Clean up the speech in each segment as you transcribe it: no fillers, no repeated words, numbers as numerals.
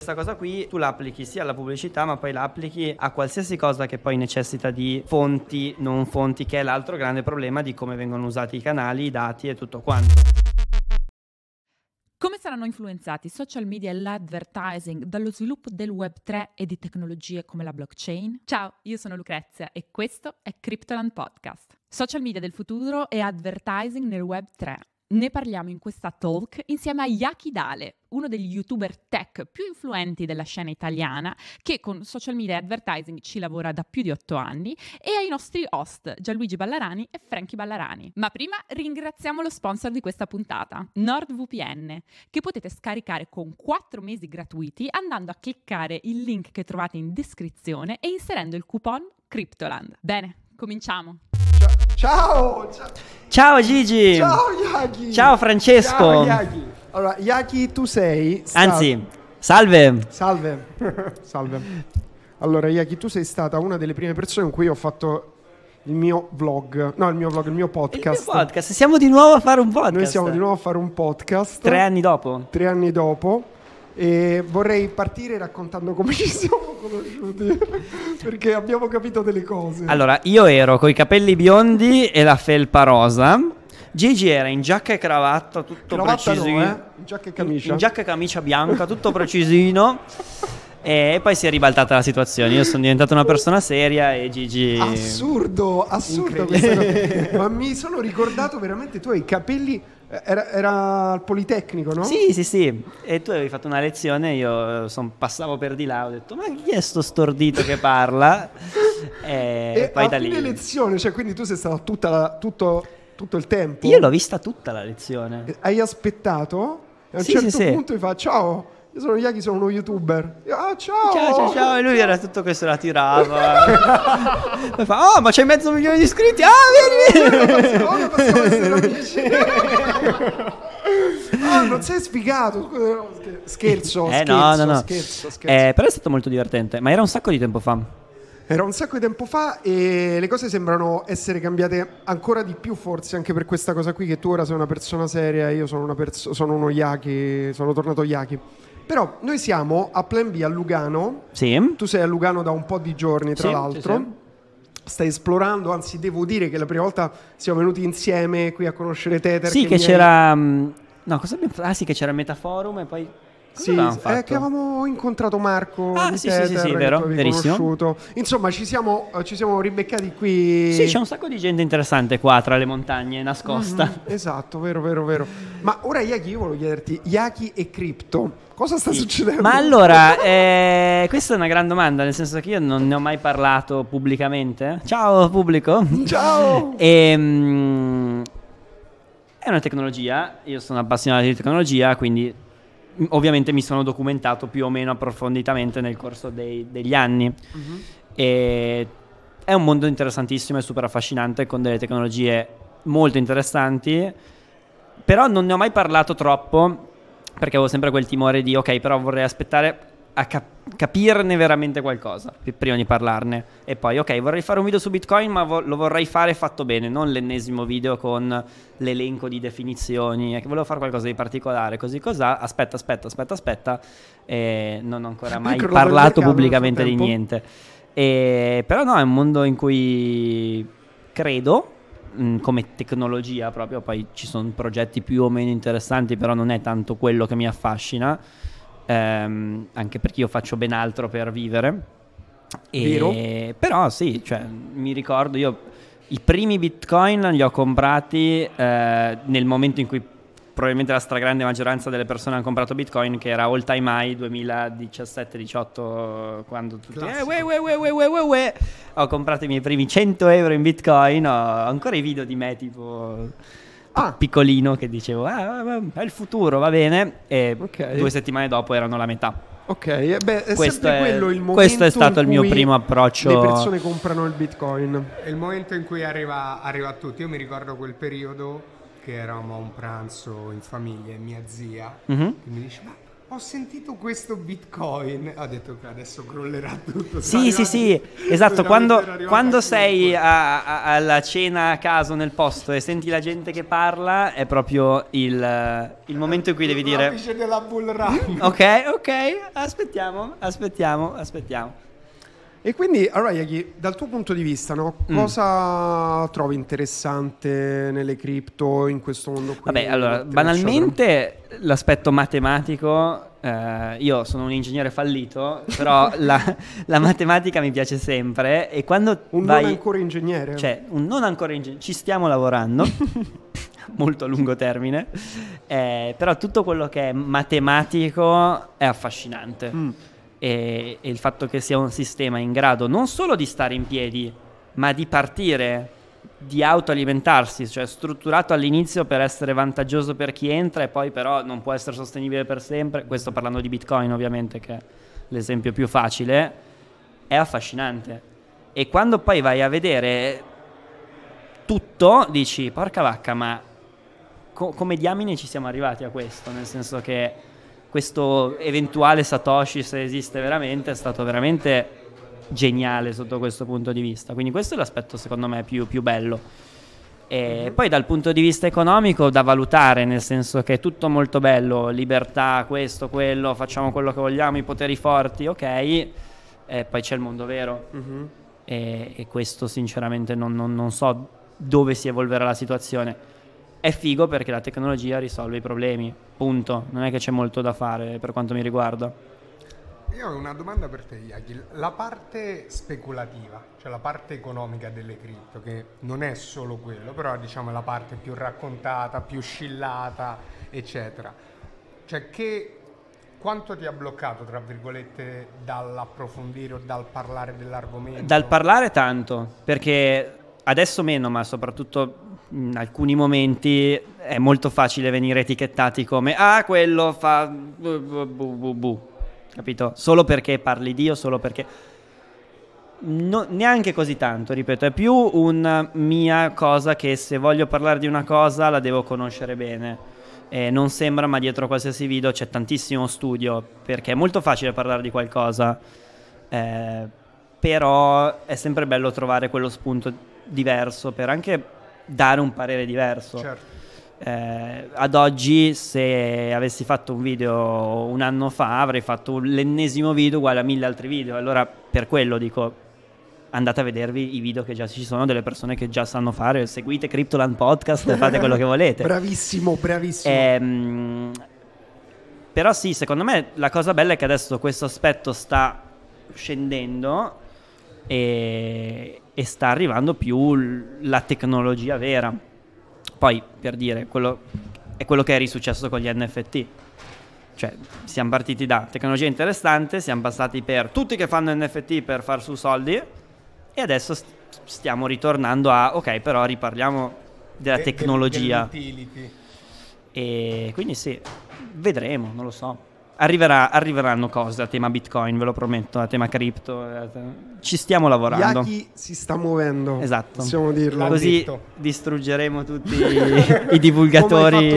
Questa cosa qui tu la applichi sia alla pubblicità, ma poi la applichi a qualsiasi cosa che poi necessita di fonti, non fonti, che è l'altro grande problema di come vengono usati i canali, i dati e tutto quanto. Come saranno influenzati i social media e l'advertising dallo sviluppo del Web 3 e di tecnologie come la blockchain? Ciao, io sono Lucrezia e questo è Cryptoland Podcast. Social media del futuro e advertising nel Web 3. Ne parliamo in questa talk insieme a Yaki Dale, uno degli youtuber tech più influenti della scena italiana, che con social media e advertising ci lavora da più di 8 anni, e ai nostri host Gianluigi Ballarani e Frankie Ballarani. Ma prima ringraziamo lo sponsor di questa puntata, NordVPN, che potete scaricare con 4 mesi gratuiti andando a cliccare il link che trovate in descrizione e inserendo il coupon Cryptoland. Bene, cominciamo! Ciao! Ciao Gigi! Ciao Yaki! Ciao Francesco! Ciao Yaki! Allora, Yaki, tu sei... Anzi, salve! Salve! Salve! Allora, Yaki, tu sei stata una delle prime persone con cui ho fatto il mio vlog. No, il mio podcast. Il mio podcast, siamo di nuovo a fare un podcast. Noi siamo di nuovo a fare un podcast. 3 anni dopo. 3 anni dopo. E vorrei partire raccontando come ci siamo conosciuti, perché abbiamo capito delle cose. Allora, io ero coi capelli biondi e la felpa rosa. Gigi era in giacca e cravatta, tutto precisino. No, in giacca e camicia. In giacca e camicia bianca, tutto precisino. E poi si è ribaltata la situazione. Io sono diventato una persona seria e Gigi... Assurdo questa cosa. Ma mi sono ricordato veramente, tu hai i capelli... Era al Politecnico, no? Sì. E tu avevi fatto una lezione, io passavo per di là, ho detto ma chi è sto stordito che parla? E poi da lì... fine lezione, cioè quindi tu sei stato tutto il tempo? Io l'ho vista tutta la lezione. Hai aspettato? E a un Sì, certo sì. punto mi fa ciao, io sono Yaki, sono uno youtuber. Io, ciao. E lui era tutto questo, la tirava. Poi fa, oh ma c'hai 500.000 di iscritti, vieni. Ora possiamo essere amici. Non sei sfigato. Scherzo. No. Scherzo. Però è stato molto divertente, ma era un sacco di tempo fa. Era un sacco di tempo fa e le cose sembrano essere cambiate ancora di più, forse anche per questa cosa qui, che tu ora sei una persona seria e io sono sono uno Yaki, sono tornato Yaki. Però noi siamo a Plan B a Lugano. Sì. Tu sei a Lugano da un po' di giorni, tra Sì, l'altro. sì. Stai esplorando, anzi devo dire che la prima volta siamo venuti insieme qui a conoscere Tether. Sì, che c'era... No, cosa abbiamo fatto? Ah sì, che c'era Metaforum e poi... Sì, che avevamo incontrato Marco di Tether, sì, vero, che tu avevi verissimo. conosciuto. Insomma, ci siamo ribeccati qui. Sì, c'è un sacco di gente interessante qua tra le montagne, nascosta. Esatto, vero. Ma ora Yaki, io volevo chiederti, Yaki e Crypto, cosa sta succedendo? Ma allora, questa è una gran domanda, nel senso che io non ne ho mai parlato pubblicamente. Ciao pubblico. Ciao. È una tecnologia, io sono appassionato di tecnologia, quindi ovviamente mi sono documentato più o meno approfonditamente nel corso degli anni. E è un mondo interessantissimo e super affascinante, con delle tecnologie molto interessanti, però non ne ho mai parlato troppo perché avevo sempre quel timore di ok, però vorrei aspettare a capirne veramente qualcosa prima di parlarne, e poi ok, vorrei fare un video su Bitcoin, ma lo vorrei fare fatto bene, non l'ennesimo video con l'elenco di definizioni, volevo fare qualcosa di particolare, così cos'ha, aspetta, e non ho ancora mai parlato pubblicamente di niente. Però no, è un mondo in cui credo, come tecnologia proprio, poi ci sono progetti più o meno interessanti, però non è tanto quello che mi affascina. Anche perché io faccio ben altro per vivere. Vero? Però sì, cioè, mi ricordo io i primi Bitcoin li ho comprati nel momento in cui probabilmente la stragrande maggioranza delle persone hanno comprato Bitcoin, che era all time high 2017-18, quando tutti ho comprato i miei primi 100 euro in Bitcoin. Ho ancora i video di me tipo piccolino che dicevo è il futuro, va bene, e 2 settimane dopo erano la metà. Ok, è questo sempre quello il momento. Questo è stato il mio primo approccio. Le persone comprano il Bitcoin. È il momento in cui arriva a tutti. Io mi ricordo quel periodo che eravamo a un pranzo in famiglia e mia zia che mi dice: ma ho sentito questo Bitcoin, ho detto che adesso crollerà tutto. Sì, esatto, quando sei alla cena a caso nel posto e senti la gente che parla, è proprio il momento in cui devi dire l'apice della bull run. ok, aspettiamo. E quindi, allora, Yaki, dal tuo punto di vista, no, cosa trovi interessante nelle cripto in questo mondo qui? Vabbè, allora, banalmente l'aspetto matematico, io sono un ingegnere fallito, però la matematica mi piace sempre e quando non ancora ingegnere? Cioè, non ancora ingegnere, ci stiamo lavorando, molto a lungo termine, però tutto quello che è matematico è affascinante. E il fatto che sia un sistema in grado non solo di stare in piedi, ma di partire, di autoalimentarsi, cioè strutturato all'inizio per essere vantaggioso per chi entra e poi però non può essere sostenibile per sempre, questo parlando di Bitcoin ovviamente, che è l'esempio più facile, è affascinante. E quando poi vai a vedere tutto, dici, porca vacca, ma come diamine ci siamo arrivati a questo? Nel senso che questo eventuale Satoshi, se esiste veramente, è stato veramente geniale sotto questo punto di vista. Quindi questo è l'aspetto secondo me più bello. E poi dal punto di vista economico da valutare, nel senso che è tutto molto bello, libertà, questo, quello, facciamo quello che vogliamo, i poteri forti, ok, e poi c'è il mondo vero. E questo sinceramente non so dove si evolverà la situazione. È figo perché la tecnologia risolve i problemi, punto. Non è che c'è molto da fare per quanto mi riguarda. Io ho una domanda per te, Yaki. La parte speculativa, cioè la parte economica delle cripto, che non è solo quello, però diciamo è la parte più raccontata, più scillata, eccetera. Cioè quanto ti ha bloccato, tra virgolette, dall'approfondire o dal parlare dell'argomento? Dal parlare tanto, perché adesso meno, ma soprattutto in alcuni momenti è molto facile venire etichettati come quello fa capito? Solo perché parli di, o solo perché neanche così tanto, ripeto, è più una mia cosa che se voglio parlare di una cosa la devo conoscere bene. Non sembra, ma dietro qualsiasi video c'è tantissimo studio, perché è molto facile parlare di qualcosa, però è sempre bello trovare quello spunto diverso per anche dare un parere diverso. Certo. Ad oggi, se avessi fatto un video un anno fa, avrei fatto l'ennesimo video uguale a 1000 altri video. Allora per quello dico, andate a vedervi i video che già ci sono, delle persone che già sanno fare, seguite Cryptoland Podcast e fate quello che volete. Bravissimo. Però sì, secondo me la cosa bella è che adesso questo aspetto sta scendendo e sta arrivando più la tecnologia vera. Poi, per dire, quello è quello che è risuccesso con gli NFT. Cioè, siamo partiti da tecnologia interessante, siamo passati per tutti che fanno NFT per far su soldi e adesso stiamo ritornando a, ok, però riparliamo della tecnologia. Dell'utility. E quindi sì, vedremo, non lo so. Arriveranno cose a tema Bitcoin, ve lo prometto, a tema cripto. Ci stiamo lavorando. Yaki si sta muovendo. Esatto. Possiamo dirlo. Così detto. Distruggeremo tutti i divulgatori.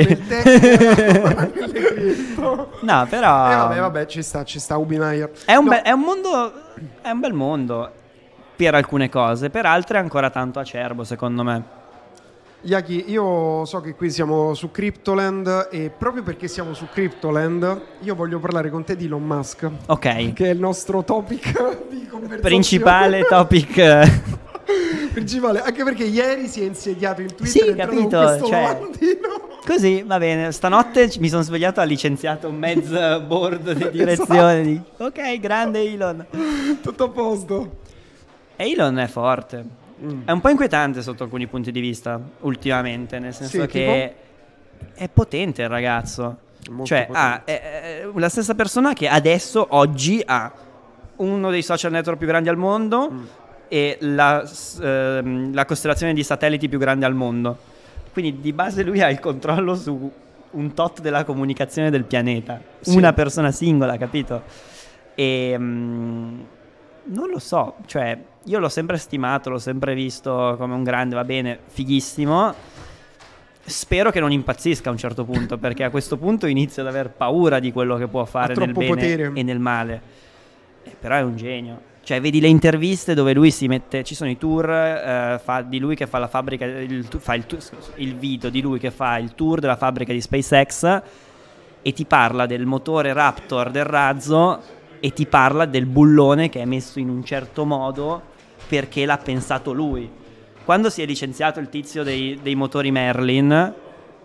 No, però vabbè, ci sta Ubimayer. è un bel mondo per alcune cose, per altre è ancora tanto acerbo, secondo me. Yaki, io so che qui siamo su Cryptoland e proprio perché siamo su Cryptoland io voglio parlare con te di Elon Musk. Ok. Che è il nostro topic di conversazione. Principale topic. Principale, anche perché ieri si è insediato in Twitter. Sì, è entrato capito, con questo cioè, lavandino. Così, va bene. Stanotte mi sono svegliato, ha licenziato mezzo board di direzione. Ok, grande Elon. Tutto a posto. E Elon è forte. È un po' inquietante sotto alcuni punti di vista ultimamente, nel senso Sì, che è potente il ragazzo. Molto Cioè è la stessa persona che adesso, oggi, ha uno dei social network più grandi al mondo e la costellazione di satelliti più grande al mondo. Quindi di base lui ha il controllo su un tot della comunicazione del pianeta. Sì. Una persona singola, capito? E non lo so, cioè io l'ho sempre stimato, l'ho sempre visto come un grande, va bene, fighissimo. spero che non impazzisca a un certo punto, perché a questo punto inizio ad aver paura di quello che può fare nel bene potere e nel male. Però è un genio. Cioè, vedi le interviste dove lui si mette, ci sono i tour di lui che fa la fabbrica, il video di lui che fa il tour della fabbrica di SpaceX e ti parla del motore Raptor del razzo e ti parla del bullone che è messo in un certo modo perché l'ha pensato lui. Quando si è licenziato il tizio dei motori Merlin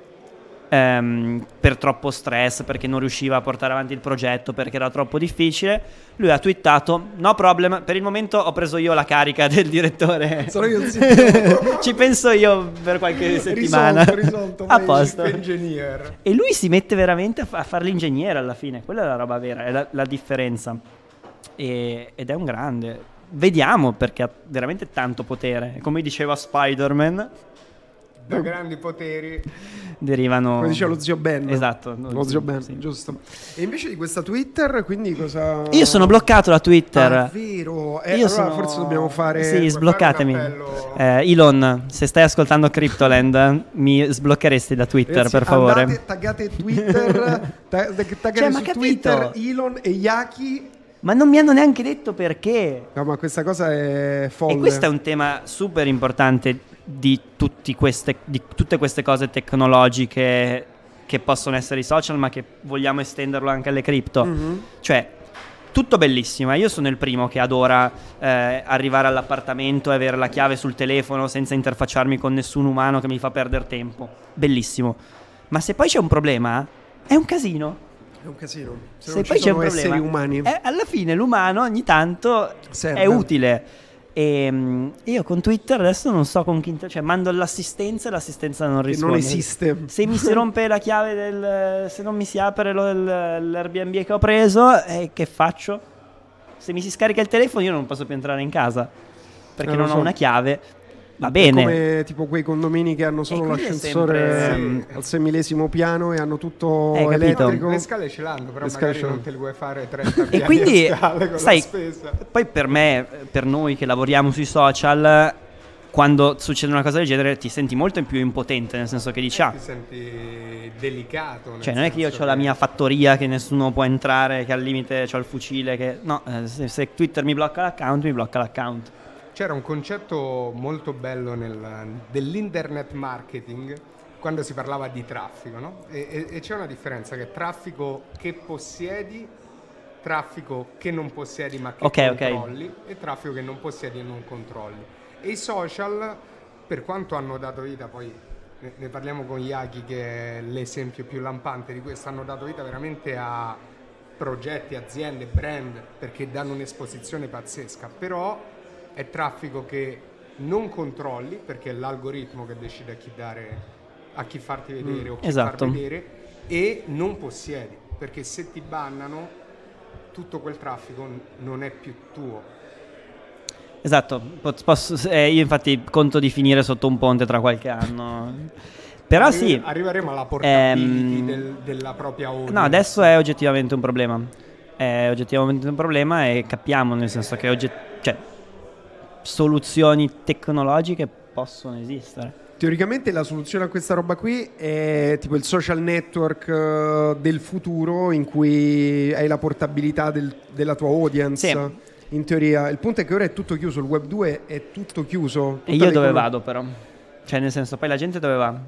per troppo stress, perché non riusciva a portare avanti il progetto, perché era troppo difficile, lui ha twittato: no problem, per il momento ho preso io la carica del direttore. Sono io il CEO. Ci penso io per qualche settimana. Risolto, a posto. Engineer. E lui si mette veramente a fare l'ingegnere alla fine. Quella è la roba vera, è la differenza. Ed è un grande. Vediamo, perché ha veramente tanto potere. Come diceva Spider-Man, Da grandi poteri derivano. Come diceva lo zio Ben. Esatto, Lo zio Ben, sì. giusto. E invece di questa Twitter, quindi cosa... Io sono bloccato da Twitter. Ah, è vero. Io allora sono... forse dobbiamo fare... Sì, sbloccatemi. fare un appello. Elon, se stai ascoltando Cryptoland, mi sbloccheresti da Twitter, Ragazzi, per favore. andate, taggate Twitter, taggate Cioè, ma su capito? Twitter Elon e Yaki. Ma non mi hanno neanche detto perché. No, ma questa cosa è folle. E questo è un tema super importante di tutte queste cose tecnologiche che possono essere i social, ma che vogliamo estenderlo anche alle cripto. Cioè, tutto bellissimo. Io sono il primo che adora arrivare all'appartamento e avere la chiave sul telefono senza interfacciarmi con nessun umano che mi fa perdere tempo. Bellissimo. Ma se poi c'è un problema, è un casino. È un casino. Se Se non poi ci c'è un sono problema, esseri umani. alla fine l'umano ogni tanto Serve. è utile. E io con Twitter adesso non so con chi cioè mando l'assistenza e l'assistenza non Che risponde. non esiste. Se mi si rompe la chiave se non mi si apre l'Airbnb che ho preso, che faccio? Se mi si scarica il telefono io non posso più entrare in casa perché lo non so. ho una chiave. Va È bene. come tipo quei condomini che hanno solo quindi è l'ascensore sempre- al 6.000° piano e hanno tutto Capito? elettrico. Le scale ce l'hanno, però Le scale magari ce l'hanno. non te le vuoi fare 30 E piani quindi, a scale con sai, la spesa. poi per noi che lavoriamo sui social, quando succede una cosa del genere ti senti molto più impotente, nel senso che dici, Ti senti delicato. nel cioè non è che io senso ho la mia fattoria che nessuno può entrare, che al limite ho il fucile, che no, se Twitter mi blocca l'account, mi blocca l'account. C'era un concetto molto bello dell'internet marketing quando si parlava di traffico, no? E c'è una differenza, che traffico che possiedi, traffico che non possiedi ma che Ok. controlli, e traffico che non possiedi e non controlli. E i social, per quanto hanno dato vita, poi ne parliamo con Yaki che è l'esempio più lampante di questo, hanno dato vita veramente a progetti, aziende, brand, perché danno un'esposizione pazzesca, però è traffico che non controlli, perché è l'algoritmo che decide a chi farti vedere o chi Esatto. far vedere, e non possiedi, perché se ti bannano tutto quel traffico non è più tuo. Esatto, io infatti conto di finire sotto un ponte tra qualche anno. Però sì. Arriveremo alla portability della propria audience. No, adesso è oggettivamente un problema. È oggettivamente un problema e capiamo, nel senso che cioè, soluzioni tecnologiche possono esistere. Teoricamente la soluzione a questa roba qui è tipo il social network del futuro, in cui hai la portabilità della tua audience. Sì. In teoria, il punto è che ora è tutto chiuso, il web 2 è tutto chiuso. E io dove vado però? Cioè nel senso, poi la gente dove va?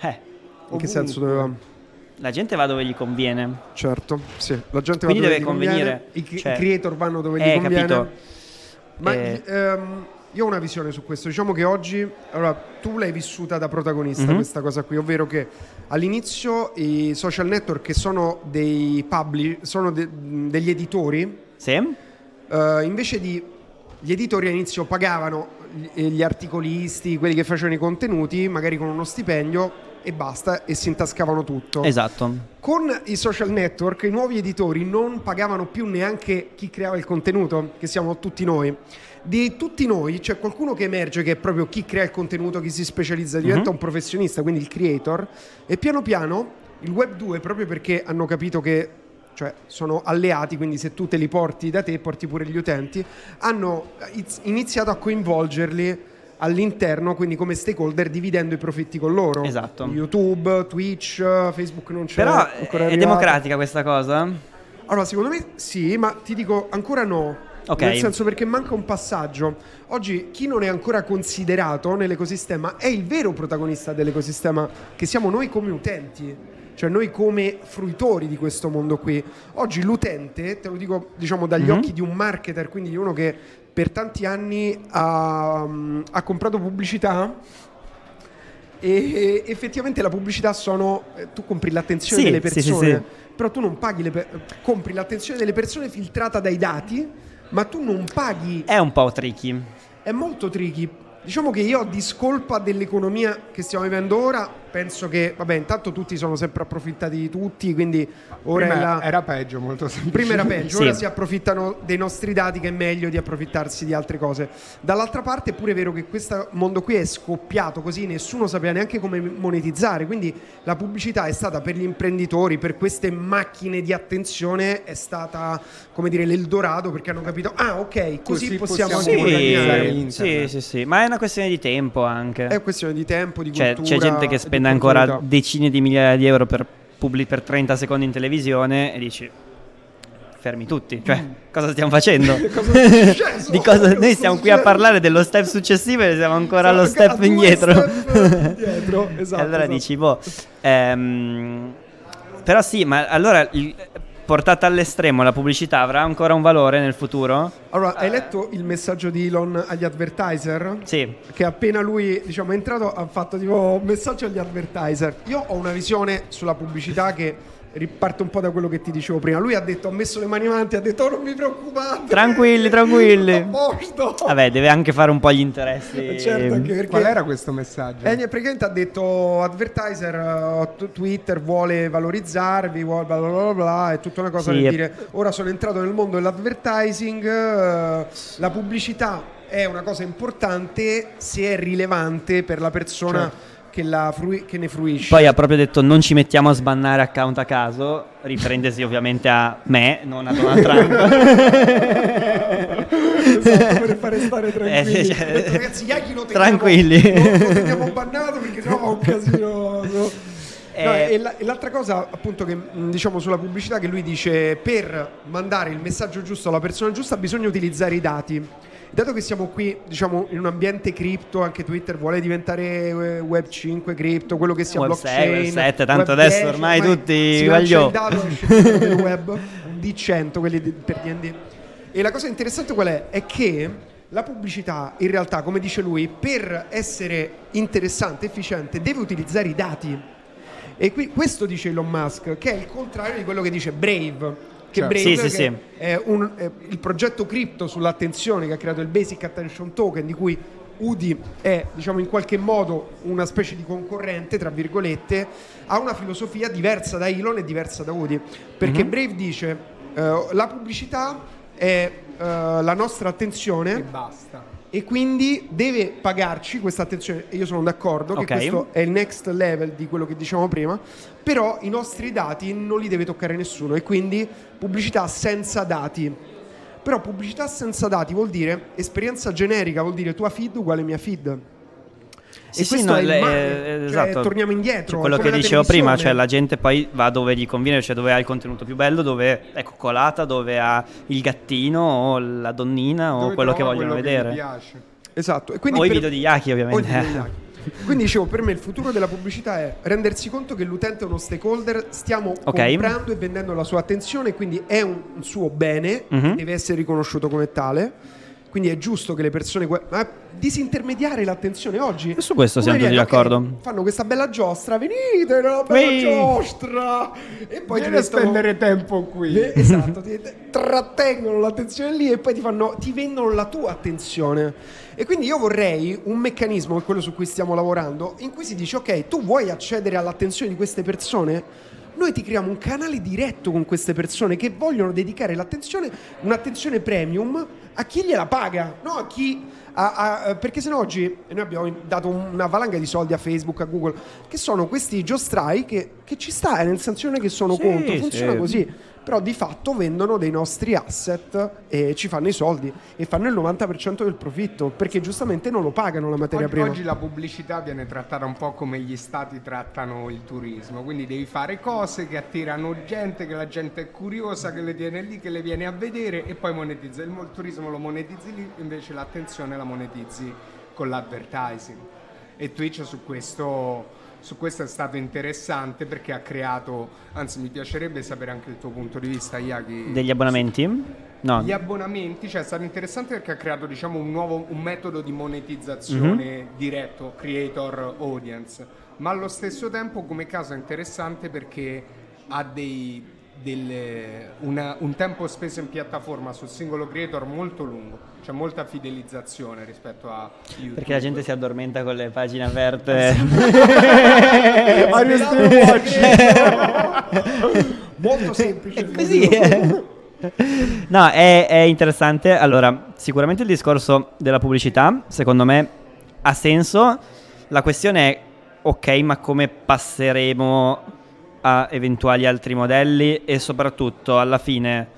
In che senso dove va? La gente va dove gli conviene. Certo, sì, la gente Quindi va dove deve gli conviene, convenire. Cioè, i creator vanno dove gli conviene. capito. Ma io ho una visione su questo. Diciamo che oggi, allora, tu l'hai vissuta da protagonista questa cosa qui, ovvero che all'inizio i social network, che sono dei sono degli editori, Sì? invece gli editori all'inizio pagavano gli articolisti, quelli che facevano i contenuti, magari con uno stipendio e basta, e si intascavano tutto. Esatto. Con i social network i nuovi editori non pagavano più neanche chi creava il contenuto, che siamo tutti noi. Di tutti noi c'è qualcuno che emerge, che è proprio chi crea il contenuto, chi si specializza, diventa un professionista, quindi il creator, e piano piano il web 2, proprio perché hanno capito che, cioè, sono alleati, quindi se tu te li porti da te, porti pure gli utenti, hanno iniziato a coinvolgerli all'interno, quindi come stakeholder, dividendo i profitti con loro. Esatto. YouTube, Twitch, Facebook non c'è. Però ancora è arrivato. democratica questa cosa? Allora, secondo me sì, ma ti dico ancora no. Ok. Nel senso, perché manca un passaggio. Oggi chi non è ancora considerato nell'ecosistema è il vero protagonista dell'ecosistema, che siamo noi come utenti, cioè noi come fruitori di questo mondo qui. Oggi l'utente, te lo dico diciamo dagli occhi di un marketer, quindi di uno che per tanti anni ha comprato pubblicità, e effettivamente la pubblicità sono tu compri l'attenzione delle persone, sì. però tu non paghi compri l'attenzione delle persone filtrata dai dati, ma tu non paghi. È un po' tricky. È molto tricky. Diciamo che io, a discolpa dell'economia che stiamo vivendo ora, penso che, vabbè, intanto tutti sono sempre approfittati di tutti, quindi ora era peggio, molto semplice. Prima era peggio, Sì. ora si approfittano dei nostri dati, che è meglio di approfittarsi di altre cose. Dall'altra parte è pure vero che questo mondo qui è scoppiato così, nessuno sapeva neanche come monetizzare, quindi la pubblicità è stata per gli imprenditori, per queste macchine di attenzione, è stata, come dire, l'Eldorado, perché hanno capito, ok, così possiamo anche guadagnare. Sì, ma è una questione di tempo anche. È questione di tempo, di Cioè, cultura. c'è gente che di spende ancora opportunità. decine di migliaia di euro per 30 secondi in televisione e dici fermi tutti, cioè cosa stiamo facendo? Cosa è successo? Di cosa? Noi Cosa stiamo qui a succede? parlare dello step successivo e siamo ancora allo Siamo a step due indietro. step indietro, esatto, E allora esatto. dici boh. Però sì, ma allora portata all'estremo la pubblicità avrà ancora un valore nel futuro? Allora, hai letto il messaggio di Elon agli advertiser? Sì. Che appena lui, diciamo, è entrato, ha fatto tipo un messaggio agli advertiser. Io ho una visione sulla pubblicità che riparte un po' da quello che ti dicevo prima. Lui ha detto, ha messo le mani avanti, ha detto, non vi preoccupate, Tranquilli. tutto a posto. Vabbè, deve anche fare un po' gli interessi. Certo, anche perché Qual era questo messaggio? praticamente ha detto, advertiser, Twitter vuole valorizzarvi, vuole bla bla bla bla, è tutta una cosa Sì, per è- dire, ora sono entrato nel mondo dell'advertising, la pubblicità è una cosa importante se è rilevante per la persona, Certo. che ne fruisce. Poi ha proprio detto non ci mettiamo a sbannare account a caso, riprendersi ovviamente a me, non a Donald Trump. Esatto, per fare stare tranquilli. sì, Ho detto, ragazzi, Yaki lo Tranquilli. lo teniamo bannato, perché sennò fa un casino. No? Eh. E l'altra cosa, appunto, che diciamo sulla pubblicità, che lui dice, per mandare il messaggio giusto alla persona giusta bisogna utilizzare i dati. Dato che siamo qui, diciamo, in un ambiente cripto, anche Twitter vuole diventare Web 5, cripto, quello che sia Web blockchain, 6, Web 7, tanto Web adesso 10, ormai tutti si lancia voglio. il dato, esce il numero del web, un D100, quelli per D&D. E la cosa interessante qual è? È che la pubblicità, in realtà, come dice lui, per essere interessante, efficiente, deve utilizzare i dati. E qui questo dice Elon Musk, che è il contrario di quello che dice Brave. Che Certo. Brave, Sì, che sì. è il progetto cripto sull'attenzione, che ha creato il Basic Attention Token, di cui UDI è, diciamo, in qualche modo una specie di concorrente, tra virgolette, ha una filosofia diversa da Elon e diversa da UDI. Perché Brave dice la pubblicità è la nostra attenzione E basta. e quindi deve pagarci questa attenzione, e io sono d'accordo che Ok. questo è il next level di quello che dicevamo prima, però i nostri dati non li deve toccare nessuno, e quindi pubblicità senza dati. Però pubblicità senza dati vuol dire esperienza generica, vuol dire tua feed uguale mia feed. Sì, E sì, questo no, è il male, cioè, esatto. torniamo indietro. Cioè, quello come che la dicevo prima, cioè televisione. la gente poi va dove gli conviene, cioè dove ha il contenuto più bello, dove è coccolata, dove ha il gattino o la donnina o Dove quello che trova vogliono quello vedere. Che gli piace. Esatto. E quindi O i per- video di Yaki, o i ovviamente. video di Yaki. Quindi dicevo, per me il futuro della pubblicità è rendersi conto che l'utente è uno stakeholder, stiamo Ok. comprando e vendendo la sua attenzione, quindi è un suo bene, Mhm. deve essere riconosciuto come tale. Quindi è giusto che le persone ma disintermediare l'attenzione oggi. Su questo siamo Uno tutti viene, d'accordo. ok, fanno questa bella giostra, venite nella bella Ehi. giostra, e poi Vieni a spendere tempo qui. Esatto, ti trattengono l'attenzione lì e poi ti vendono la tua attenzione. E quindi io vorrei un meccanismo, che è quello su cui stiamo lavorando, in cui si dice, ok, tu vuoi accedere all'attenzione di queste persone? Noi ti creiamo un canale diretto con queste persone che vogliono dedicare l'attenzione, un'attenzione premium, a chi gliela paga, no a chi... perché sennò oggi noi abbiamo dato una valanga di soldi a Facebook, a Google, che sono questi giostrai che ci sta, nel senso non è che sono Sì, contro, funziona sì. così. però di fatto vendono dei nostri asset e ci fanno i soldi e fanno il 90% del profitto, perché giustamente non lo pagano la materia prima. Oggi la pubblicità viene trattata un po' come gli stati trattano il turismo, quindi devi fare cose che attirano gente, che la gente è curiosa, che le tiene lì, che le viene a vedere e poi monetizza. Il turismo lo monetizzi lì, invece l'attenzione la monetizzi con l'advertising. E Twitch su questo è stato interessante perché ha creato, anzi mi piacerebbe sapere anche il tuo punto di vista, Yaki. Degli abbonamenti? No. Gli abbonamenti, cioè è stato interessante perché ha creato, diciamo, un metodo di monetizzazione diretto, creator audience, ma allo stesso tempo come caso è interessante perché ha un tempo speso in piattaforma sul singolo creator molto lungo, c'è molta fidelizzazione rispetto a YouTube. Perché la gente si addormenta con le pagine aperte. Molto semplice. È così. No, è interessante. Allora, sicuramente il discorso della pubblicità, secondo me, ha senso. La questione è, ok, ma come passeremo a eventuali altri modelli? E soprattutto, alla fine,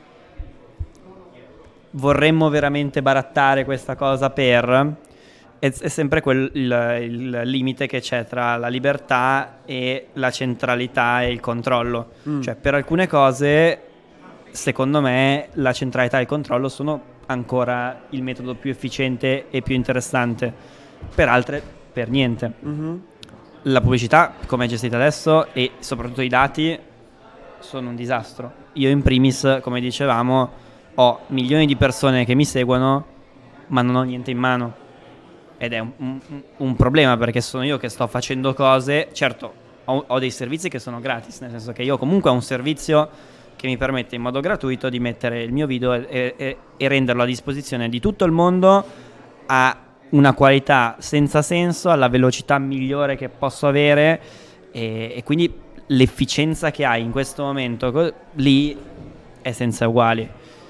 vorremmo veramente barattare questa cosa per... È sempre il limite che c'è tra la libertà e la centralità e il controllo. Cioè, per alcune cose, secondo me, la centralità e il controllo sono ancora il metodo più efficiente e più interessante. Per altre, per niente. La pubblicità, come è gestita adesso, e soprattutto i dati, sono un disastro. Io in primis, come dicevamo, ho milioni di persone che mi seguono, ma non ho niente in mano. Ed è un problema, perché sono io che sto facendo cose. Certo, ho dei servizi che sono gratis, nel senso che io comunque ho un servizio che mi permette in modo gratuito di mettere il mio video e renderlo a disposizione di tutto il mondo a una qualità senza senso, alla velocità migliore che posso avere, e quindi l'efficienza che hai in questo momento lì è senza uguali.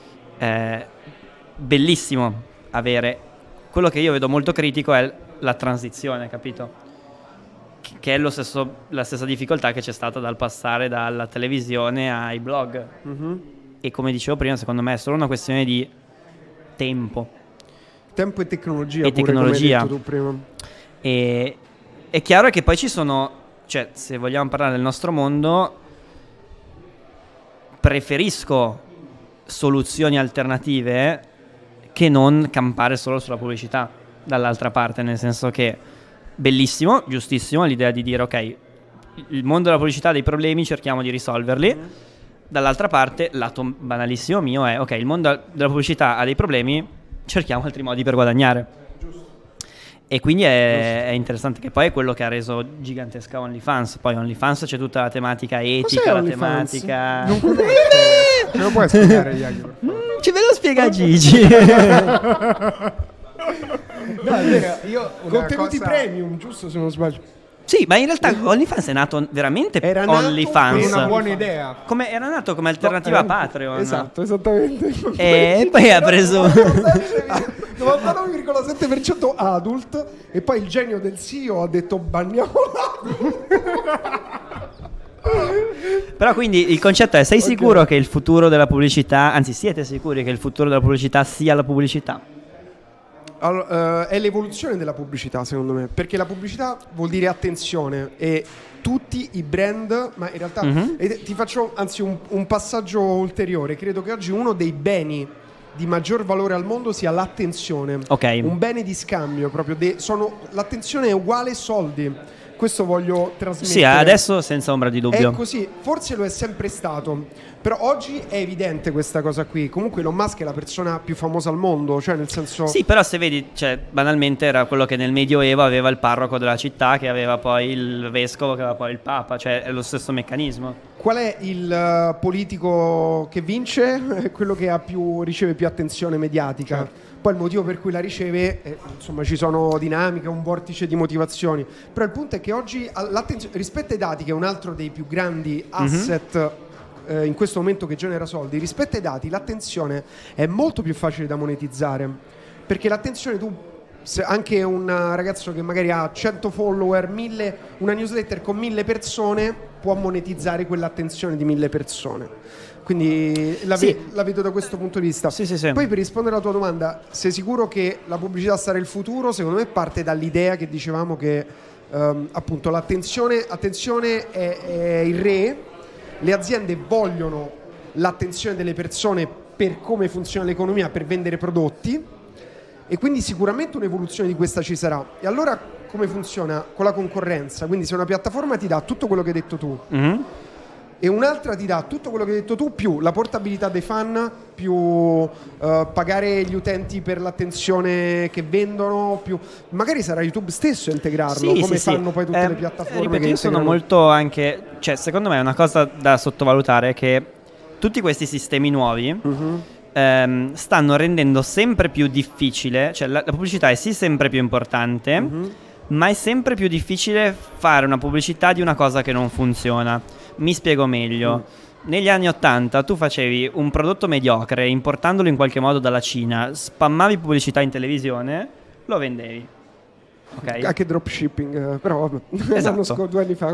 Bellissimo avere. Quello che io vedo molto critico è la transizione, capito? Che è la stessa difficoltà che c'è stata dal passare dalla televisione ai blog. E come dicevo prima, secondo me è solo una questione di tempo. Tempo e tecnologia. E pure, tecnologia. come hai detto tu prima. E è chiaro che poi ci sono, cioè, se vogliamo parlare del nostro mondo, preferisco soluzioni alternative che non campare solo sulla pubblicità dall'altra parte, nel senso che bellissimo, giustissimo l'idea di dire ok, il mondo della pubblicità ha dei problemi, cerchiamo di risolverli. Dall'altra parte, lato banalissimo mio è ok, il mondo della pubblicità ha dei problemi, cerchiamo altri modi per guadagnare. E quindi è interessante, che poi è quello che ha reso gigantesca OnlyFans. Poi OnlyFans c'è tutta la tematica etica, Cos'è la OnlyFans? tematica... Non conosco. Ce lo puoi spiegare, Yaki? Ci ve lo spiega Gigi. Io Contenuti premium, giusto, se non sbaglio. Sì, ma in realtà OnlyFans è nato veramente Era nato OnlyFans. È una buona idea. Era nato come alternativa a Patreon. Esatto, esattamente. E poi ha preso... 99,7% adult. E poi il genio del CEO ha detto banniamola. Però quindi il concetto è: sei sicuro che il futuro della pubblicità, anzi siete sicuri che il futuro della pubblicità sia la pubblicità? Allora, è l'evoluzione della pubblicità, secondo me, perché la pubblicità vuol dire attenzione, e tutti i brand, ma in realtà ti faccio anzi un passaggio ulteriore. Credo che oggi uno dei beni di maggior valore al mondo sia l'attenzione. Ok. Un bene di scambio proprio. L'attenzione è uguale soldi. Questo voglio trasmettere. Sì, adesso senza ombra di dubbio. È così, forse lo è sempre stato, però oggi è evidente questa cosa qui. Comunque Elon Musk è la persona più famosa al mondo, cioè nel senso... Sì, però se vedi, cioè, banalmente era quello che nel Medioevo aveva il parroco della città, che aveva poi il vescovo, che aveva poi il papa, cioè è lo stesso meccanismo. Qual è il politico che vince? È quello che riceve più attenzione mediatica. Certo. Poi il motivo per cui la riceve, insomma, ci sono dinamiche, un vortice di motivazioni. Però il punto è che oggi, rispetto ai dati, che è un altro dei più grandi asset in questo momento che genera soldi, rispetto ai dati, l'attenzione è molto più facile da monetizzare. Perché l'attenzione tu anche un ragazzo che magari ha 100 follower, 1000, una newsletter con 1000 persone può monetizzare quell'attenzione di 1000 persone. Quindi la vedo da questo punto di vista. Sì. Poi, per rispondere alla tua domanda, sei sicuro che la pubblicità sarà il futuro? Secondo me parte dall'idea che dicevamo che appunto attenzione è il re. Le aziende vogliono l'attenzione delle persone per come funziona l'economia, per vendere prodotti, e quindi sicuramente un'evoluzione di questa ci sarà. E allora come funziona? Con la concorrenza. Quindi se una piattaforma ti dà tutto quello che hai detto tu, e un'altra ti dà tutto quello che hai detto tu, più la portabilità dei fan, più pagare gli utenti per l'attenzione che vendono, più magari sarà YouTube stesso a integrarlo, come fanno poi tutte le piattaforme. Ripeto, che io sono molto anche, cioè secondo me è una cosa da sottovalutare che tutti questi sistemi nuovi stanno rendendo sempre più difficile, cioè la pubblicità è sì sempre più importante, ma è sempre più difficile fare una pubblicità di una cosa che non funziona. Mi spiego meglio. Negli anni 80 tu facevi un prodotto mediocre, importandolo in qualche modo dalla Cina, spammavi pubblicità in televisione, lo vendevi. Ok? Anche dropshipping, però vabbè. Esatto. 2 anni fa.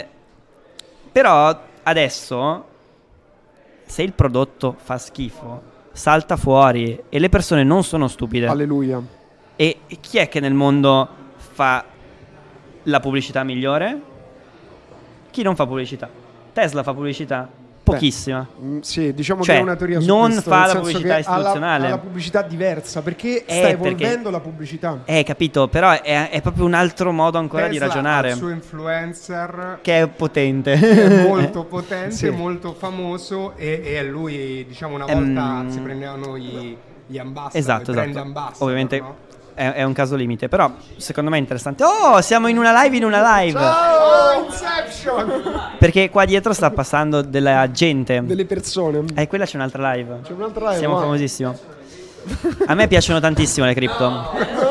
Però adesso, se il prodotto fa schifo, salta fuori e le persone non sono stupide. Alleluia. E chi è che nel mondo fa la pubblicità migliore? Chi non fa pubblicità? Tesla fa pubblicità? Pochissima. Sì, diciamo Cioè, che è una teoria su non questo, fa nel la senso pubblicità che istituzionale. ha la pubblicità diversa, perché sta evolvendo la pubblicità. Capito, però è proprio un altro modo ancora Tesla di ragionare. Il suo influencer che è potente. è molto potente, Sì. molto famoso, e a lui, diciamo, una volta si prendevano gli ambassador, Esatto. i brand ambassador, Ovviamente no? è un caso limite, però secondo me è interessante. Oh, siamo in una live. Oh, Inception! Perché qua dietro sta passando della gente. Delle persone. Quella c'è un'altra live. C'è un'altra live. Siamo wow. famosissimo. A me piacciono tantissimo le cripto.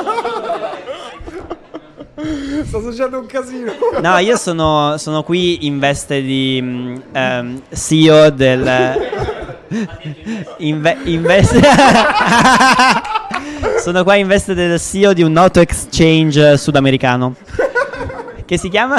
Sta succedendo un casino. No, io sono qui in veste di CEO del sono qua in veste del CEO di un auto exchange sudamericano che si chiama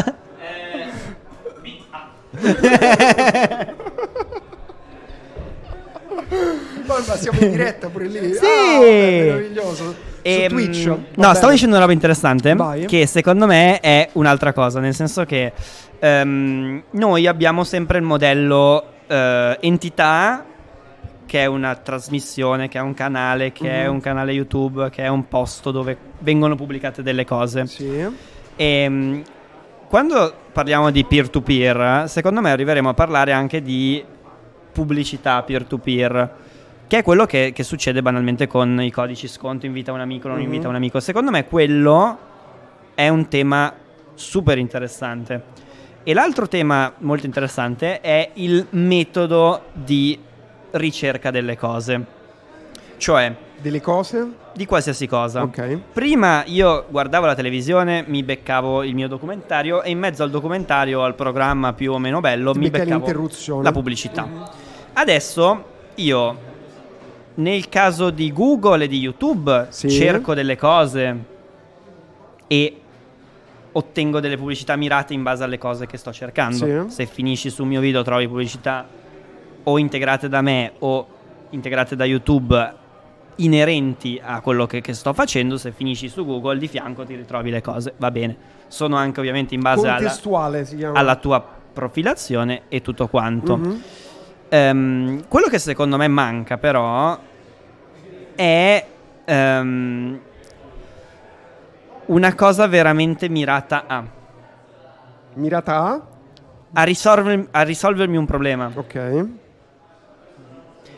Ma siamo in diretta pure lì. Sì. Meraviglioso. Su Twitch. No, Va stavo bene. dicendo una roba interessante. Vai. Che secondo me è un'altra cosa. Nel senso che noi abbiamo sempre il modello entità, che è una trasmissione, che è un canale, che è un canale YouTube, che è un posto dove vengono pubblicate delle cose. Sì. E quando parliamo di peer-to-peer, secondo me arriveremo a parlare anche di pubblicità peer-to-peer, che è quello che succede banalmente con i codici sconto, invita un amico, non invita un amico. Secondo me quello è un tema super interessante. E l'altro tema molto interessante è il metodo di ricerca delle cose. Cioè, Delle cose? di qualsiasi cosa. Ok. Prima io guardavo la televisione, mi beccavo il mio documentario e in mezzo al documentario, al programma più o meno bello, Ti mi beccavi beccavo l'interruzione. la pubblicità. Adesso io, nel caso di Google e di YouTube, Sì. cerco delle cose e ottengo delle pubblicità mirate in base alle cose che sto cercando. Sì. Se finisci sul mio video trovi pubblicità o integrate da me o integrate da YouTube inerenti a quello che sto facendo. Se finisci su Google di fianco ti ritrovi le cose, va bene. Sono anche ovviamente in base Contestuale si chiama. alla tua profilazione e tutto quanto. Quello che secondo me manca però è una cosa veramente mirata Mirata a risolvermi un problema. Ok.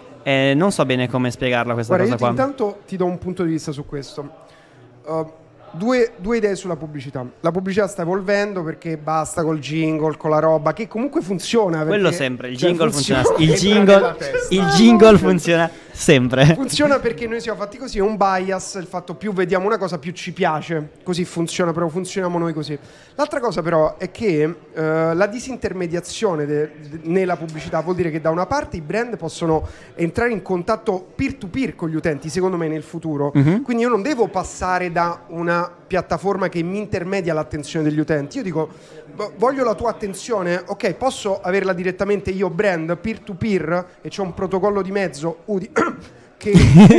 Non so bene come spiegarla questa Guarda, io cosa qua. intanto ti do un punto di vista su questo. Due idee sulla pubblicità. La pubblicità sta evolvendo perché basta col jingle, con la roba che comunque funziona. Quello sempre, il cioè, jingle funziona. Il Entra jingle funziona sempre. Funziona perché noi siamo fatti così, è un bias, il fatto più vediamo una cosa più ci piace, così funziona, però funzioniamo noi così. L'altra cosa però è che la disintermediazione nella pubblicità vuol dire che da una parte i brand possono entrare in contatto peer to peer con gli utenti, secondo me nel futuro, quindi io non devo passare da una piattaforma che mi intermedia l'attenzione degli utenti, io dico voglio la tua attenzione, ok, posso averla direttamente io brand peer to peer e c'è un protocollo di mezzo che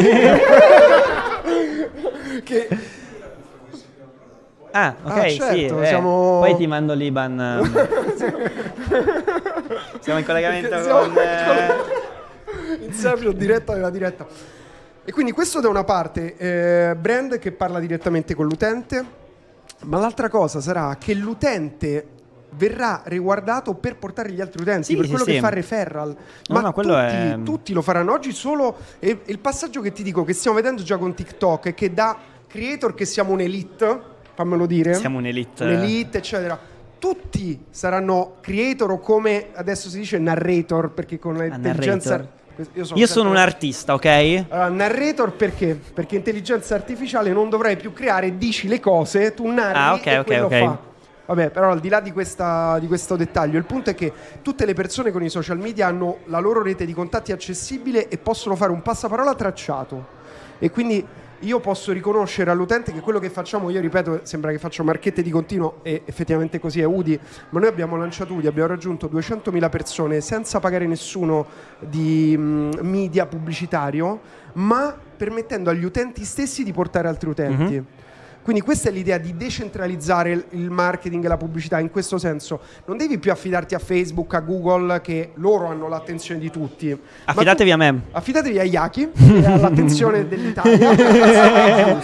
Ah, ok, certo, sì. siamo... Poi ti mando l'IBAN. Siamo in collegamento con... Inception, diretta della diretta. E quindi questo da una parte, brand che parla direttamente con l'utente, ma l'altra cosa sarà che l'utente verrà riguardato per portare gli altri utenti, per quello che fa referral. Ma tutti lo faranno oggi solo. E il passaggio che ti dico, che stiamo vedendo già con TikTok, è che da creator che siamo un'elite, fammelo dire. Siamo un'elite. Un'elite, eccetera. Tutti saranno creator o come adesso si dice narrator, perché con l'intelligenza... Io sono un artista, ok? Narrator perché? Perché intelligenza artificiale non dovrai più creare, dici le cose, tu narri e quello fa. Vabbè, però al di là di questo dettaglio, il punto è che tutte le persone con i social media hanno la loro rete di contatti accessibile e possono fare un passaparola tracciato. E quindi io posso riconoscere all'utente che quello che facciamo, io ripeto, sembra che faccio marchette di continuo e effettivamente così è Udi, ma noi abbiamo lanciato Udi, abbiamo raggiunto 200.000 persone senza pagare nessuno di media pubblicitario, ma permettendo agli utenti stessi di portare altri utenti. Quindi questa è l'idea di decentralizzare il marketing e la pubblicità. In questo senso non devi più affidarti a Facebook, a Google, che loro hanno l'attenzione di tutti. Affidatevi a me. Affidatevi a Yaki, che ha l'attenzione dell'Italia.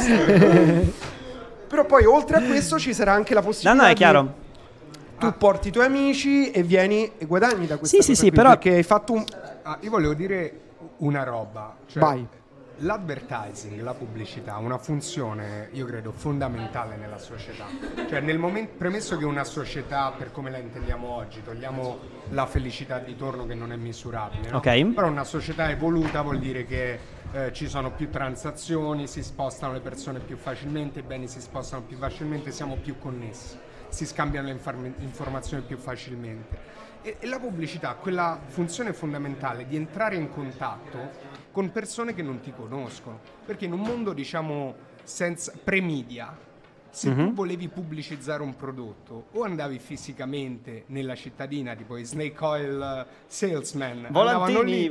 Però poi oltre a questo ci sarà anche la possibilità No, è chiaro. tu porti i tuoi amici e vieni e guadagni da questa cosa sì, qui, però... perché hai fatto un... io volevo dire una roba. Cioè, Vai. L'advertising, la pubblicità, ha una funzione, io credo, fondamentale nella società. Cioè, nel momento, premesso che una società, per come la intendiamo oggi, togliamo la felicità di torno che non è misurabile, no? Ok. Però una società evoluta vuol dire che ci sono più transazioni, si spostano le persone più facilmente, i beni si spostano più facilmente, siamo più connessi, si scambiano le informazioni più facilmente. E la pubblicità ha quella funzione fondamentale di entrare in contatto con persone che non ti conoscono, perché in un mondo, diciamo, senza pre-media, se tu volevi pubblicizzare un prodotto o andavi fisicamente nella cittadina, tipo i Snake Oil salesman, volantini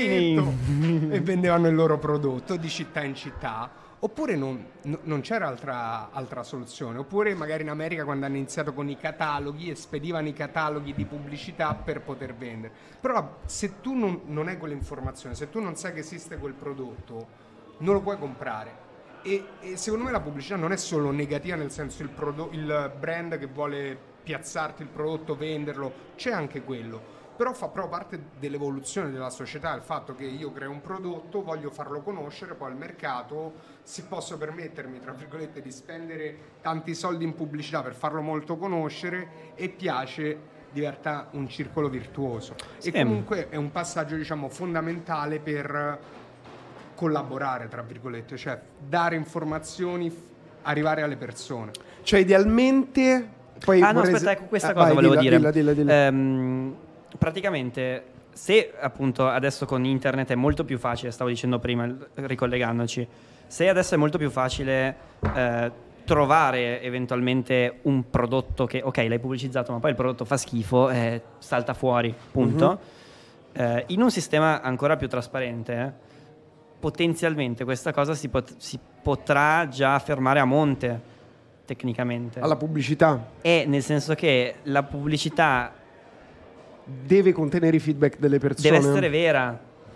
e vendevano il loro prodotto di città in città, oppure non c'era altra soluzione, oppure magari in America quando hanno iniziato con i cataloghi e spedivano i cataloghi di pubblicità per poter vendere. Però se tu non hai quell'informazione, se tu non sai che esiste quel prodotto, non lo puoi comprare. E secondo me la pubblicità non è solo negativa, nel senso il brand che vuole piazzarti il prodotto, venderlo, c'è anche quello. Però fa proprio parte dell'evoluzione della società, il fatto che io creo un prodotto, voglio farlo conoscere, poi al mercato si posso permettermi, tra virgolette, di spendere tanti soldi in pubblicità per farlo molto conoscere e piace, diventa un circolo virtuoso. Sì. E comunque è un passaggio, diciamo, fondamentale per collaborare, tra virgolette, cioè dare informazioni, arrivare alle persone. Cioè idealmente... Poi aspetta, ecco questa cosa volevo dire. Dilla. Praticamente, se appunto adesso con internet è molto più facile, stavo dicendo prima, ricollegandoci, se adesso è molto più facile trovare eventualmente un prodotto che, ok, l'hai pubblicizzato, ma poi il prodotto fa schifo, salta fuori, punto. In un sistema ancora più trasparente, potenzialmente questa cosa si potrà già fermare a monte, tecnicamente. Alla pubblicità. Nel senso che la pubblicità deve contenere i feedback delle persone. Deve essere vera.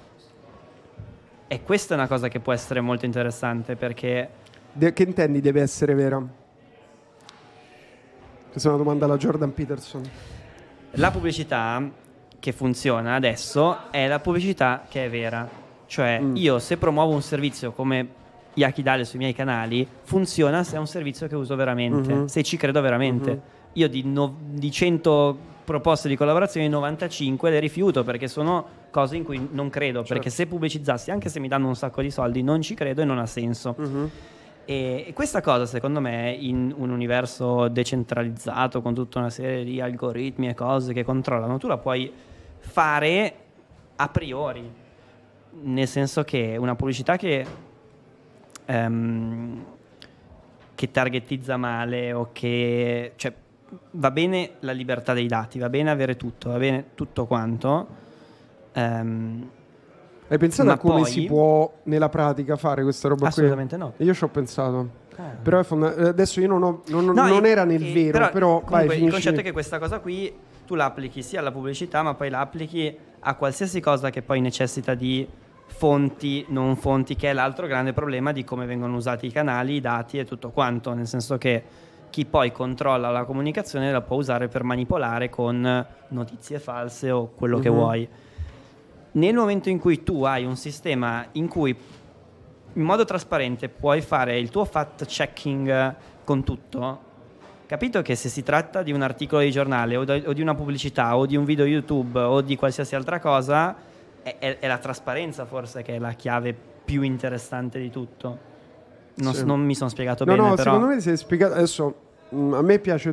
E questa è una cosa che può essere molto interessante, perché... Che intendi deve essere vera? Questa è una domanda alla Jordan Peterson. La pubblicità che funziona adesso è la pubblicità che è vera. Cioè io se promuovo un servizio come Yakidale sui miei canali funziona se è un servizio che uso veramente, se ci credo veramente. Io di 100 proposte di collaborazione 95 le rifiuto perché sono cose in cui non credo, perché se pubblicizzassi, anche se mi danno un sacco di soldi, non ci credo e non ha senso. E questa cosa, secondo me, in un universo decentralizzato con tutta una serie di algoritmi e cose che controllano, tu la puoi fare a priori, nel senso che una pubblicità che targetizza male o che, cioè, va bene la libertà dei dati, va bene avere tutto, va bene tutto quanto. Hai pensato a come si può nella pratica fare questa roba Assolutamente qui? no. Io ci ho pensato. Però adesso io non era nel vero, però comunque vai, il concetto è che questa cosa qui tu la applichi sia alla pubblicità, ma poi la applichi a qualsiasi cosa che poi necessita di fonti, non fonti, che è l'altro grande problema di come vengono usati i canali, i dati e tutto quanto, nel senso che chi poi controlla la comunicazione la può usare per manipolare con notizie false o quello che vuoi. Nel momento in cui tu hai un sistema in cui in modo trasparente puoi fare il tuo fact checking con tutto, capito che se si tratta di un articolo di giornale o di una pubblicità o di un video YouTube o di qualsiasi altra cosa, è la trasparenza forse che è la chiave più interessante di tutto. Non mi sono spiegato bene, però secondo me si è spiegato. Adesso a me piace,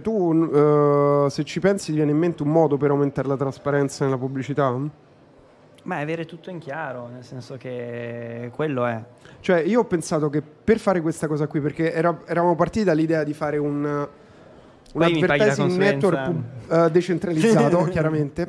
tu se ci pensi ti viene in mente un modo per aumentare la trasparenza nella pubblicità? ma è avere tutto in chiaro, nel senso che quello è. Cioè io ho pensato che per fare questa cosa qui, perché eravamo partiti dall'idea di fare un advertising network decentralizzato, chiaramente.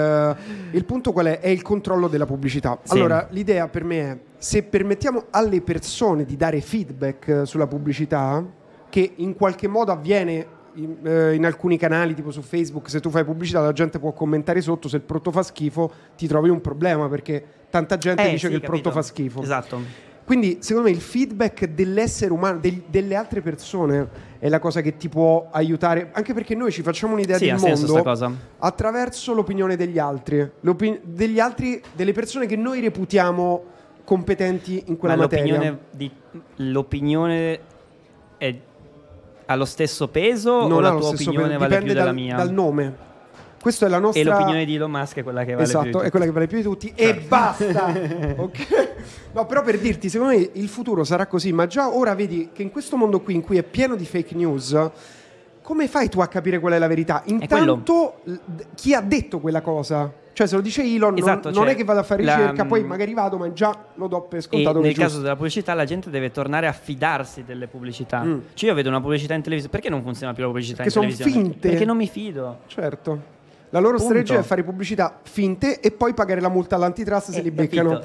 Il punto qual è? È il controllo della pubblicità. Sì. Allora, l'idea per me è, se permettiamo alle persone di dare feedback sulla pubblicità, che in qualche modo avviene in alcuni canali, tipo su Facebook, se tu fai pubblicità la gente può commentare sotto, se il prodotto fa schifo ti trovi un problema, perché tanta gente dice che il prodotto fa schifo. Esatto. Quindi secondo me il feedback dell'essere umano, delle altre persone, è la cosa che ti può aiutare, anche perché noi ci facciamo un'idea del mondo attraverso l'opinione degli altri, delle persone che noi reputiamo competenti in quella materia. L'opinione è allo stesso peso non o la tua opinione vale più della mia? Dal nome. Questa è la nostra... E l'opinione di Elon Musk è quella che vale più di tutti. Esatto, è quella che vale più di tutti. Certo. E basta! Ok? No, però per dirti, secondo me il futuro sarà così, ma già ora vedi che in questo mondo qui, in cui è pieno di fake news, come fai tu a capire qual è la verità? Intanto, chi ha detto quella cosa? Cioè, se lo dice Elon, esatto, non è che vado a fare ricerca, poi magari vado, ma già lo do per scontato. E nel caso della pubblicità la gente deve tornare a fidarsi delle pubblicità. Cioè io vedo una pubblicità in televisione, perché non funziona più la pubblicità in televisione? Sono finte. Perché non mi fido. Certo. La loro strategia è fare pubblicità finte e poi pagare la multa all'antitrust se li beccano.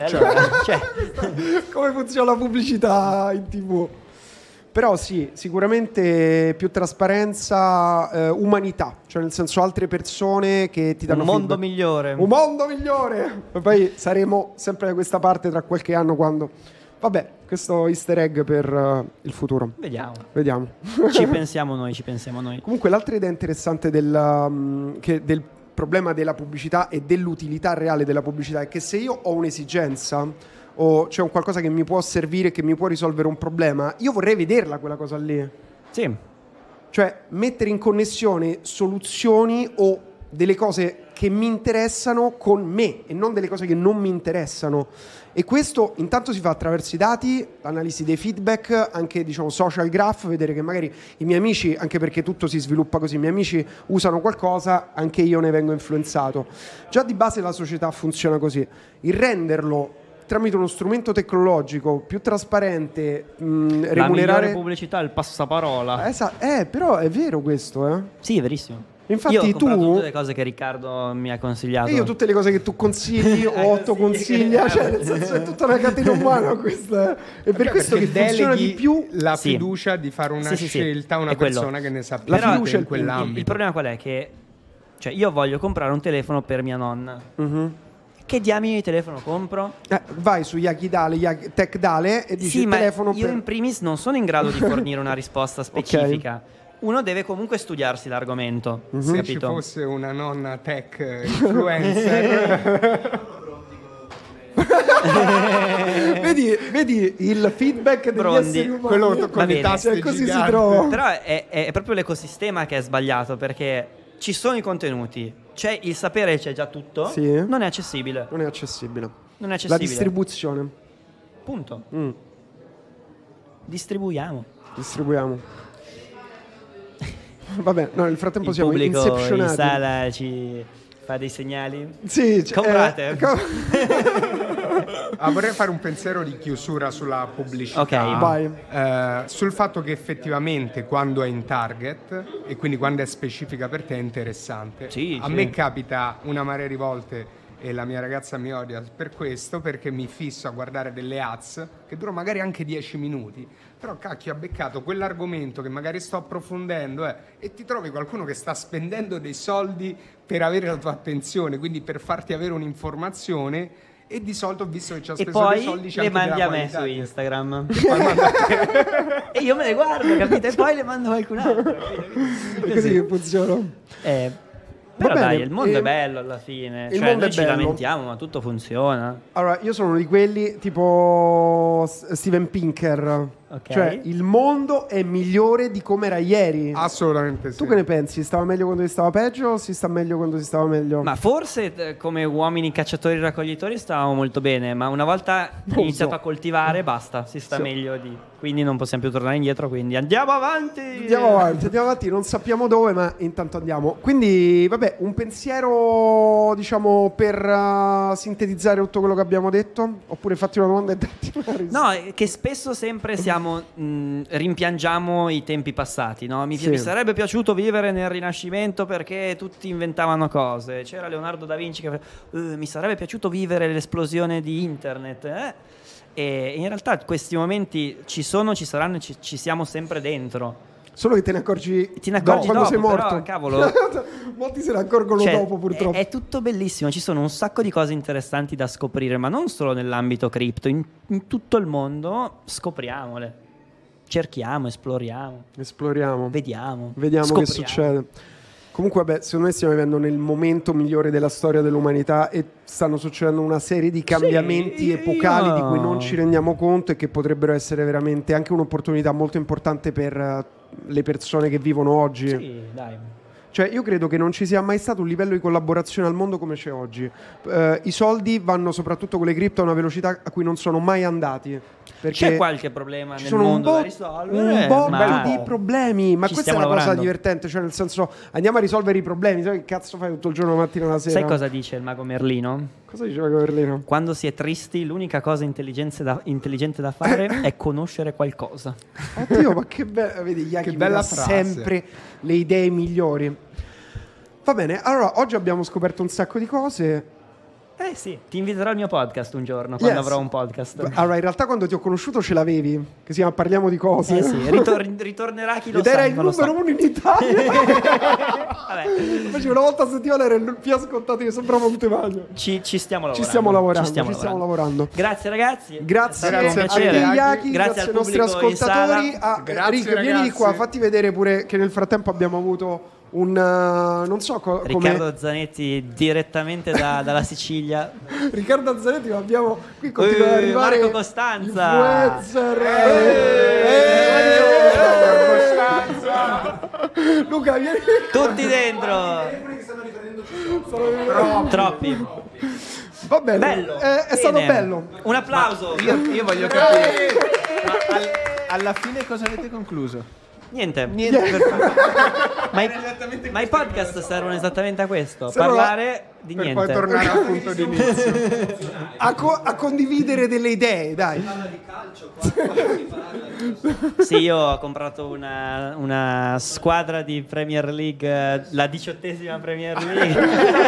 Come funziona la pubblicità in TV? Però sì, sicuramente più trasparenza, umanità, cioè nel senso altre persone che ti danno un mondo migliore. Un mondo migliore! E poi saremo sempre da questa parte tra qualche anno, quando... Vabbè, questo easter egg per il futuro. Vediamo. Ci pensiamo noi. Comunque l'altra idea interessante del problema della pubblicità e dell'utilità reale della pubblicità è che se io ho un'esigenza o c'è un qualcosa che mi può servire, che mi può risolvere un problema, io vorrei vederla quella cosa lì. Sì. Cioè mettere in connessione soluzioni o delle cose che mi interessano con me e non delle cose che non mi interessano. E questo intanto si fa attraverso i dati, l'analisi dei feedback, anche diciamo social graph, vedere che magari i miei amici, anche perché tutto si sviluppa così, i miei amici usano qualcosa, anche io ne vengo influenzato. Già di base la società funziona così. Il renderlo tramite uno strumento tecnologico più trasparente, remunerare... La migliore pubblicità è il passaparola. Però è vero questo, Sì, è verissimo. Infatti io ho comprato tutte le cose che Riccardo mi ha consigliato. E io tutte le cose che tu consigli o Otto consiglia, cioè nel senso è tutta una catena umana questa. E per questo che funziona di più la fiducia di fare una scelta a una persona che ne sa più. La fiducia in quell'ambito. Il problema qual è? Che cioè io voglio comprare un telefono per mia nonna. Che diamine di telefono compro? Vai su Yakidale, TechDale e dici il telefono io in primis non sono in grado di fornire una risposta specifica. Okay. Uno deve comunque studiarsi l'argomento. Se capito? Ci fosse una nonna tech influencer vedi il feedback degli Brondi. esseri umani. Quello con i tasti Cioè, così si giganti. trova. Però è proprio l'ecosistema che è sbagliato, perché ci sono i contenuti, c'è il sapere, c'è già tutto, Sì. non è accessibile. Non è accessibile. Non è La accessibile. distribuzione. Punto. Mm. Distribuiamo. Distribuiamo. Vabbè, no, nel frattempo Il siamo pubblico in inceptionati. sala ci fa dei segnali. Sì, Comprate. Vorrei fare un pensiero di chiusura sulla pubblicità. Ok. Vai. Sul fatto che effettivamente quando è in target e quindi quando è specifica per te è interessante. Sì, A sì. me capita una marea di volte e la mia ragazza mi odia per questo, perché mi fisso a guardare delle ads che durano magari anche 10 minuti, però cacchio ha beccato quell'argomento che magari sto approfondendo e ti trovi qualcuno che sta spendendo dei soldi per avere la tua attenzione, quindi per farti avere un'informazione, e di solito ho visto che ci ha E speso dei poi soldi, c'è le anche della mandi a me qualità. su Instagram. Poi manda a te. E io me le guardo, capito? E poi le mando a qualcun altro. È così che funziona. Però Va bene, dai, il mondo e- è bello alla fine. il Cioè, mondo noi è ci bello. lamentiamo, ma tutto funziona. Allora, io sono uno di quelli tipo Steven Pinker. Ok. Cioè, il mondo è migliore di come era ieri. Assolutamente sì. Tu che ne pensi? Stava meglio quando si stava peggio o si sta meglio quando si stava meglio? Ma forse come uomini cacciatori e raccoglitori stavamo molto bene, ma una volta Non iniziato so. a coltivare, basta, si sta Sì. meglio di... Quindi non possiamo più tornare indietro, quindi andiamo avanti! Andiamo avanti, non sappiamo dove, ma intanto andiamo. Quindi, vabbè, un pensiero, diciamo, per sintetizzare tutto quello che abbiamo detto? Oppure fatti una domanda e datti una risposta? No, è che spesso sempre rimpiangiamo i tempi passati, no? Mi Sì. sarebbe piaciuto vivere nel Rinascimento perché tutti inventavano cose. C'era Leonardo da Vinci che mi sarebbe piaciuto vivere l'esplosione di internet, E in realtà questi momenti ci sono, ci saranno e ci siamo sempre dentro. Solo che te ne accorgi, Te ne accorgi quando dopo, sei morto. però, cavolo. Molti se ne accorgono Cioè, dopo, purtroppo. è tutto bellissimo, ci sono un sacco di cose interessanti da scoprire, ma non solo nell'ambito cripto, in tutto il mondo scopriamole, cerchiamo, esploriamo, Esploriamo. vediamo Vediamo scopriamo. che succede. Comunque, vabbè, secondo me stiamo vivendo nel momento migliore della storia dell'umanità e stanno succedendo una serie di cambiamenti Sì, epocali io- di cui non ci rendiamo conto e che potrebbero essere veramente anche un'opportunità molto importante per le persone che vivono oggi. Sì, dai. Cioè, io credo che non ci sia mai stato un livello di collaborazione al mondo come c'è oggi. I soldi vanno, soprattutto con le cripto, a una velocità a cui non sono mai andati. Perché C'è qualche problema ci nel sono mondo da un risolvere, botto ma di problemi. Ma ci questa è stiamo una cosa lavorando. divertente. Cioè, nel senso, andiamo a risolvere i problemi. Sai che cazzo fai tutto il giorno, la mattina, la sera? sai cosa dice il mago Merlino? Cosa diceva Berlino? Quando si è tristi, l'unica cosa intelligente da fare è conoscere qualcosa. Oddio, ma che bella. Vedi, Yaki Che bella mi dà frase. sempre le idee migliori. Va bene, allora oggi abbiamo scoperto un sacco di cose. Eh sì, ti inviterò al mio podcast un giorno, quando Yes. avrò un podcast. Allora, in realtà quando ti ho conosciuto ce l'avevi, che si chiama Parliamo di cose. Eh sì, ritornerà chi lo Ed sa, era il non lo so. numero uno in Italia. Vabbè, Invece una volta a settimana era il più ascoltato, io sembrava un temaglio. ci stiamo lavorando. Ci stiamo lavorando, Ci stiamo lavorando. Grazie ragazzi. Grazie, È stato un a te, piacere. Yaki, Grazie al ai nostri pubblico in ascoltatori. sala. Grazie, Rick, vieni di ragazzi. qua, fatti vedere pure che nel frattempo abbiamo avuto un non so come Riccardo Zanetti direttamente dalla Sicilia. Riccardo Zanetti, ma abbiamo qui continua ad arrivare Marco Costanza. influencer. Luca, vieni. Tutti dentro. Troppi. Va bene. Bello. È stato Bene. bello. Un applauso. Io voglio capire. Alla fine cosa avete concluso? Niente. Perfetto. Ma i podcast servono esattamente a questo. Servono parlare di Per niente. poi tornare al punto di inizio. A condividere delle idee, dai. Sì, io ho comprato una squadra di Premier League, la 18ª Premier League.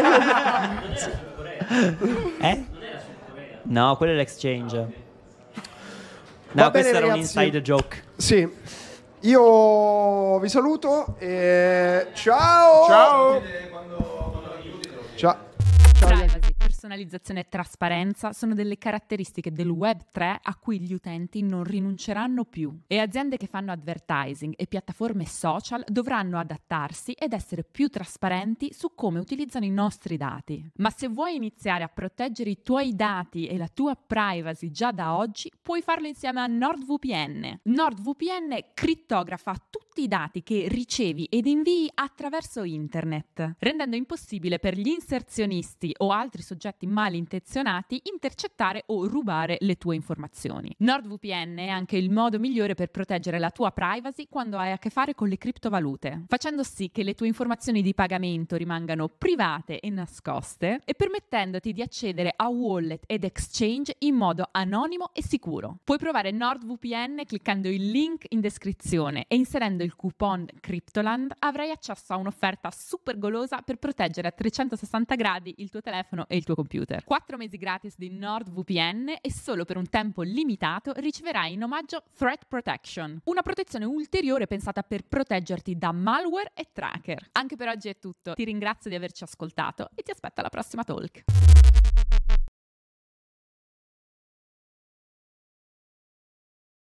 No, quello è l'exchange. No, Va bene, questo era un ragazzi. inside joke. Sì. Io vi saluto e ciao. Ciao! Ciao. Privacy, Personalizzazione e trasparenza sono delle caratteristiche del Web 3 a cui gli utenti non rinunceranno più, e aziende che fanno advertising e piattaforme social dovranno adattarsi ed essere più trasparenti su come utilizzano i nostri dati. Ma se vuoi iniziare a proteggere i tuoi dati e la tua privacy già da oggi, puoi farlo insieme a NordVPN. NordVPN crittografa tutti i dati che ricevi ed invii attraverso internet, rendendo impossibile per gli inserzionisti o altri soggetti malintenzionati intercettare o rubare le tue informazioni. NordVPN è anche il modo migliore per proteggere la tua privacy quando hai a che fare con le criptovalute, facendo sì che le tue informazioni di pagamento rimangano private e nascoste e permettendoti di accedere a wallet ed exchange in modo anonimo e sicuro. Puoi provare NordVPN cliccando il link in descrizione e inserendo il coupon Cryptoland avrai accesso a un'offerta super golosa per proteggere a 360 gradi il tuo telefono e il tuo computer. 4 mesi gratis di NordVPN e solo per un tempo limitato riceverai in omaggio Threat Protection, una protezione ulteriore pensata per proteggerti da malware e tracker. Anche per oggi è tutto. Ti ringrazio di averci ascoltato e ti aspetto alla prossima talk.